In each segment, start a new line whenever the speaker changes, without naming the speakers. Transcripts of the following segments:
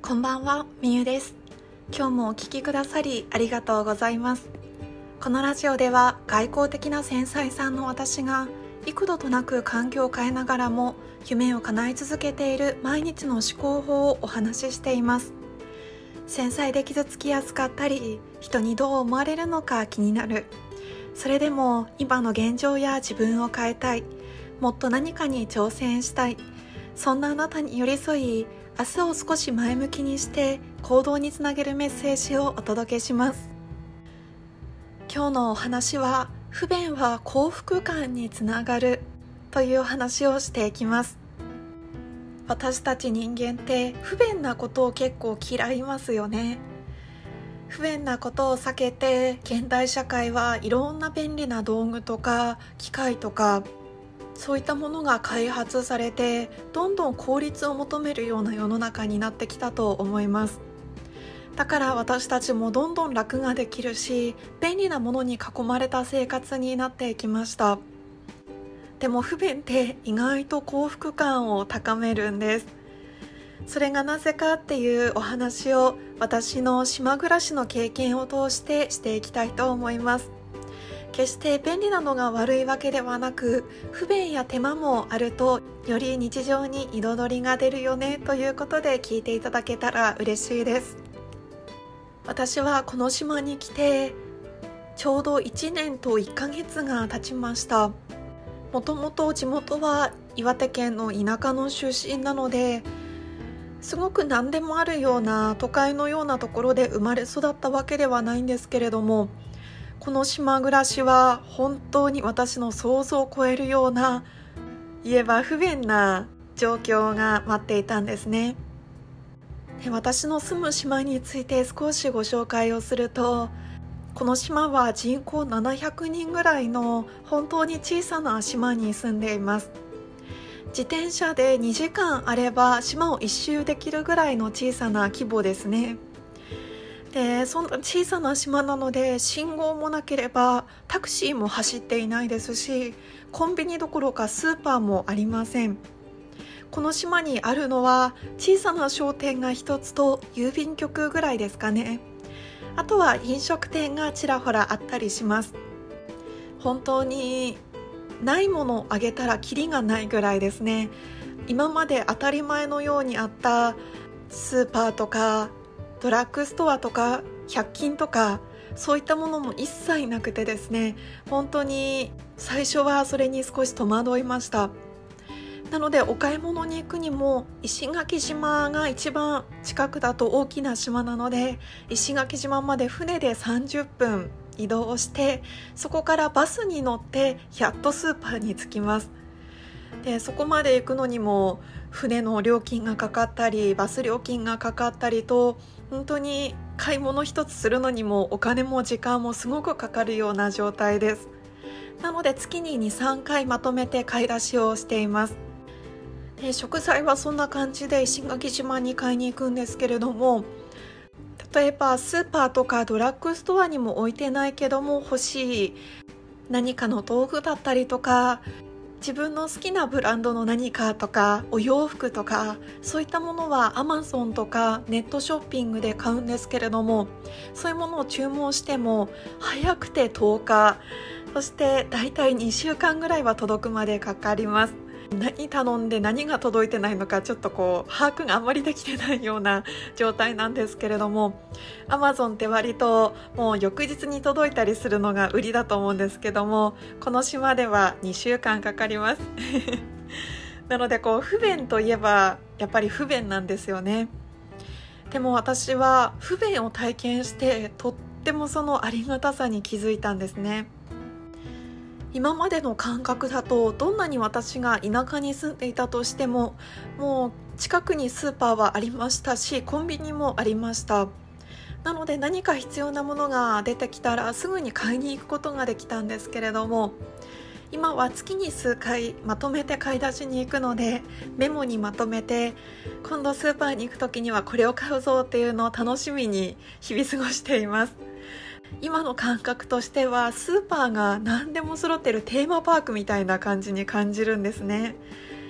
こんばんは、みゆです。今日もお聞きくださりありがとうございます。このラジオでは外交的な繊細さんの私が幾度となく環境を変えながらも夢を叶え続けている毎日の思考法をお話ししています。繊細で傷つきやすかったり、人にどう思われるのか気になる。それでも今の現状や自分を変えたい。もっと何かに挑戦したい。そんなあなたに寄り添い、明日を少し前向きにして行動につなげるメッセージをお届けします。今日のお話は、不便は幸福感につながるというお話をしていきます。私たち人間って不便なことを結構嫌いますよね。不便なことを避けて、現代社会はいろんな便利な道具とか機械とかそういったものが開発されて、どんどん効率を求めるような世の中になってきたと思います。だから私たちもどんどん楽ができるし、便利なものに囲まれた生活になっていきました。でも不便って意外と幸福感を高めるんです。それがなぜかっていうお話を私の島暮らしの経験を通していきたいと思います。決して便利なのが悪いわけではなく、不便や手間もあるとより日常に彩りが出るよねということで聞いていただけたら嬉しいです。私はこの島に来てちょうど1年と1ヶ月が経ちました。もともと地元は岩手県の田舎の出身なので、すごく何でもあるような都会のようなところで生まれ育ったわけではないんですけれども、この島暮らしは本当に私の想像を超えるような、言えば不便な状況が待っていたんですね。で、私の住む島について少しご紹介をすると、この島は人口700人ぐらいの本当に小さな島に住んでいます。自転車で2時間あれば島を一周できるぐらいの小さな規模ですね。で、そんな小さな島なので信号もなければタクシーも走っていないですし、コンビニどころかスーパーもありません。この島にあるのは小さな商店が一つと郵便局ぐらいですかね。あとは飲食店がちらほらあったりします。本当にないものをあげたらキリがないぐらいですね。今まで当たり前のようにあったスーパーとかドラッグストアとか100均とか、そういったものも一切なくてですね、本当に最初はそれに少し戸惑いました。なのでお買い物に行くにも、石垣島が一番近くだと大きな島なので、石垣島まで船で30分移動して、そこからバスに乗ってやっとスーパーに着きます。で、そこまで行くのにも船の料金がかかったりバス料金がかかったりと、本当に買い物一つするのにもお金も時間もすごくかかるような状態です。なので月に 2,3 回まとめて買い出しをしています。で、食材はそんな感じで石垣島に買いに行くんですけれども、例えばスーパーとかドラッグストアにも置いてないけども欲しい何かの道具だったりとか、自分の好きなブランドの何かとかお洋服とか、そういったものは Amazon とかネットショッピングで買うんですけれども、そういうものを注文しても早くて10日、そしてだいたい2週間ぐらいは届くまでかかります。何頼んで何が届いてないのかちょっと把握があんまりできてないような状態なんですけれども、 Amazon って割ともう翌日に届いたりするのが売りだと思うんですけども、この島では2週間かかりますなので不便といえばやっぱり不便なんですよね。でも私は不便を体験してとってもそのありがたさに気づいたんですね。今までの感覚だと、どんなに私が田舎に住んでいたとしても、もう近くにスーパーはありましたし、コンビニもありました。なので何か必要なものが出てきたらすぐに買いに行くことができたんですけれども、今は月に数回まとめて買い出しに行くので、メモにまとめて、今度スーパーに行く時にはこれを買うぞっていうのを楽しみに日々過ごしています。今の感覚としてはスーパーが何でも揃ってるテーマパークみたいな感じに感じるんですね。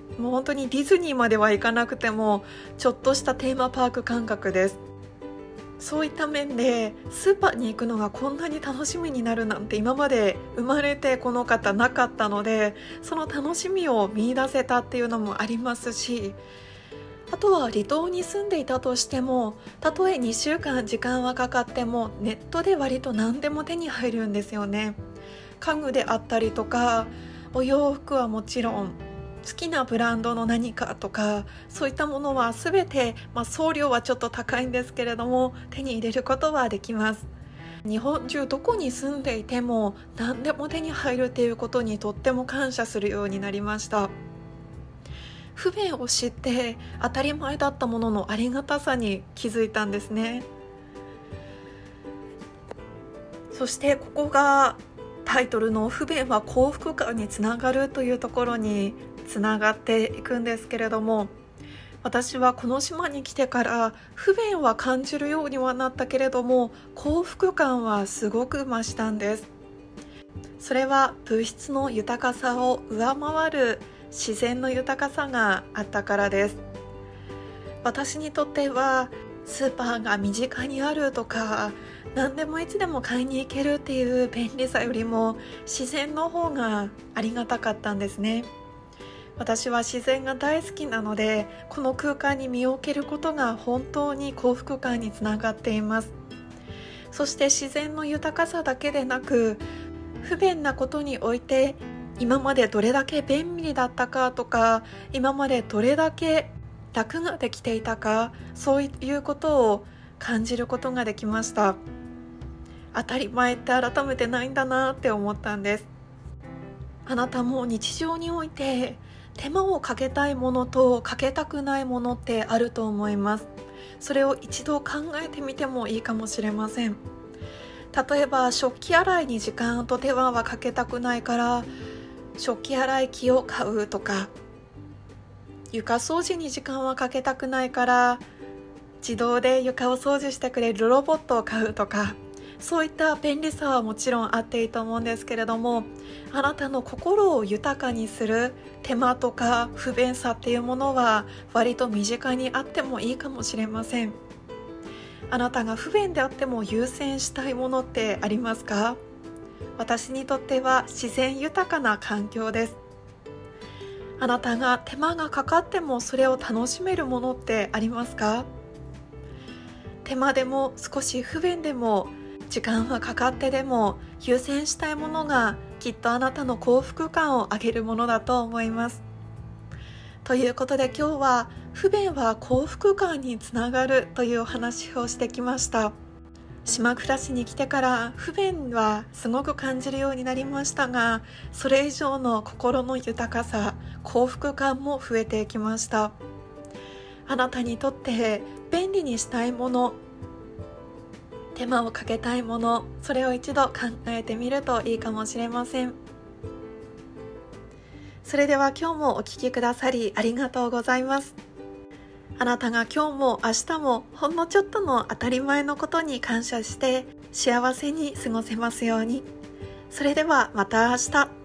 もう本当にディズニーまでは行かなくてもちょっとしたテーマパーク感覚です。そういった面でスーパーに行くのがこんなに楽しみになるなんて今まで生まれてこの方なかったので、その楽しみを見出せたっていうのもありますし、あとは離島に住んでいたとしても、たとえ2週間時間はかかってもネットで割と何でも手に入るんですよね。家具であったりとか、お洋服はもちろん、好きなブランドの何かとか、そういったものは全て、送料はちょっと高いんですけれども手に入れることはできます。日本中どこに住んでいても何でも手に入るっていうことにとっても感謝するようになりました。不便を知って当たり前だったもののありがたさに気づいたんですね。そしてここがタイトルの不便は幸福感につながるというところにつながっていくんですけれども、私はこの島に来てから不便は感じるようにはなったけれども幸福感はすごく増したんです。それは物質の豊かさを上回る自然の豊かさがあったからです。私にとってはスーパーが身近にあるとか、何でもいつでも買いに行けるっていう便利さよりも自然の方がありがたかったんですね。私は自然が大好きなので、この空間に身を置けることが本当に幸福感につながっています。そして自然の豊かさだけでなく、不便なことにおいて今までどれだけ便利だったかとか、今までどれだけ楽ができていたか、そういうことを感じることができました。当たり前って改めてないんだなって思ったんです。あなたも日常において手間をかけたいものとかけたくないものってあると思います。それを一度考えてみてもいいかもしれません。例えば食器洗いに時間と手間はかけたくないから食器洗い機を買うとか、床掃除に時間はかけたくないから自動で床を掃除してくれるロボットを買うとか、そういった便利さはもちろんあっていいと思うんですけれども、あなたの心を豊かにする手間とか不便さっていうものは割と身近にあってもいいかもしれません。あなたが不便であっても優先したいものってありますか？私にとっては自然豊かな環境です。あなたが手間がかかってもそれを楽しめるものってありますか？手間でも少し不便でも時間はかかってでも優先したいものがきっとあなたの幸福感を上げるものだと思います。ということで今日は不便は幸福感につながるというお話をしてきました。島暮らしに来てから不便はすごく感じるようになりましたが、それ以上の心の豊かさ、幸福感も増えていきました。あなたにとって便利にしたいもの、手間をかけたいもの、それを一度考えてみるといいかもしれません。それでは今日もお聞きくださりありがとうございます。あなたが今日も明日もほんのちょっとの当たり前のことに感謝して幸せに過ごせますように。それではまた明日。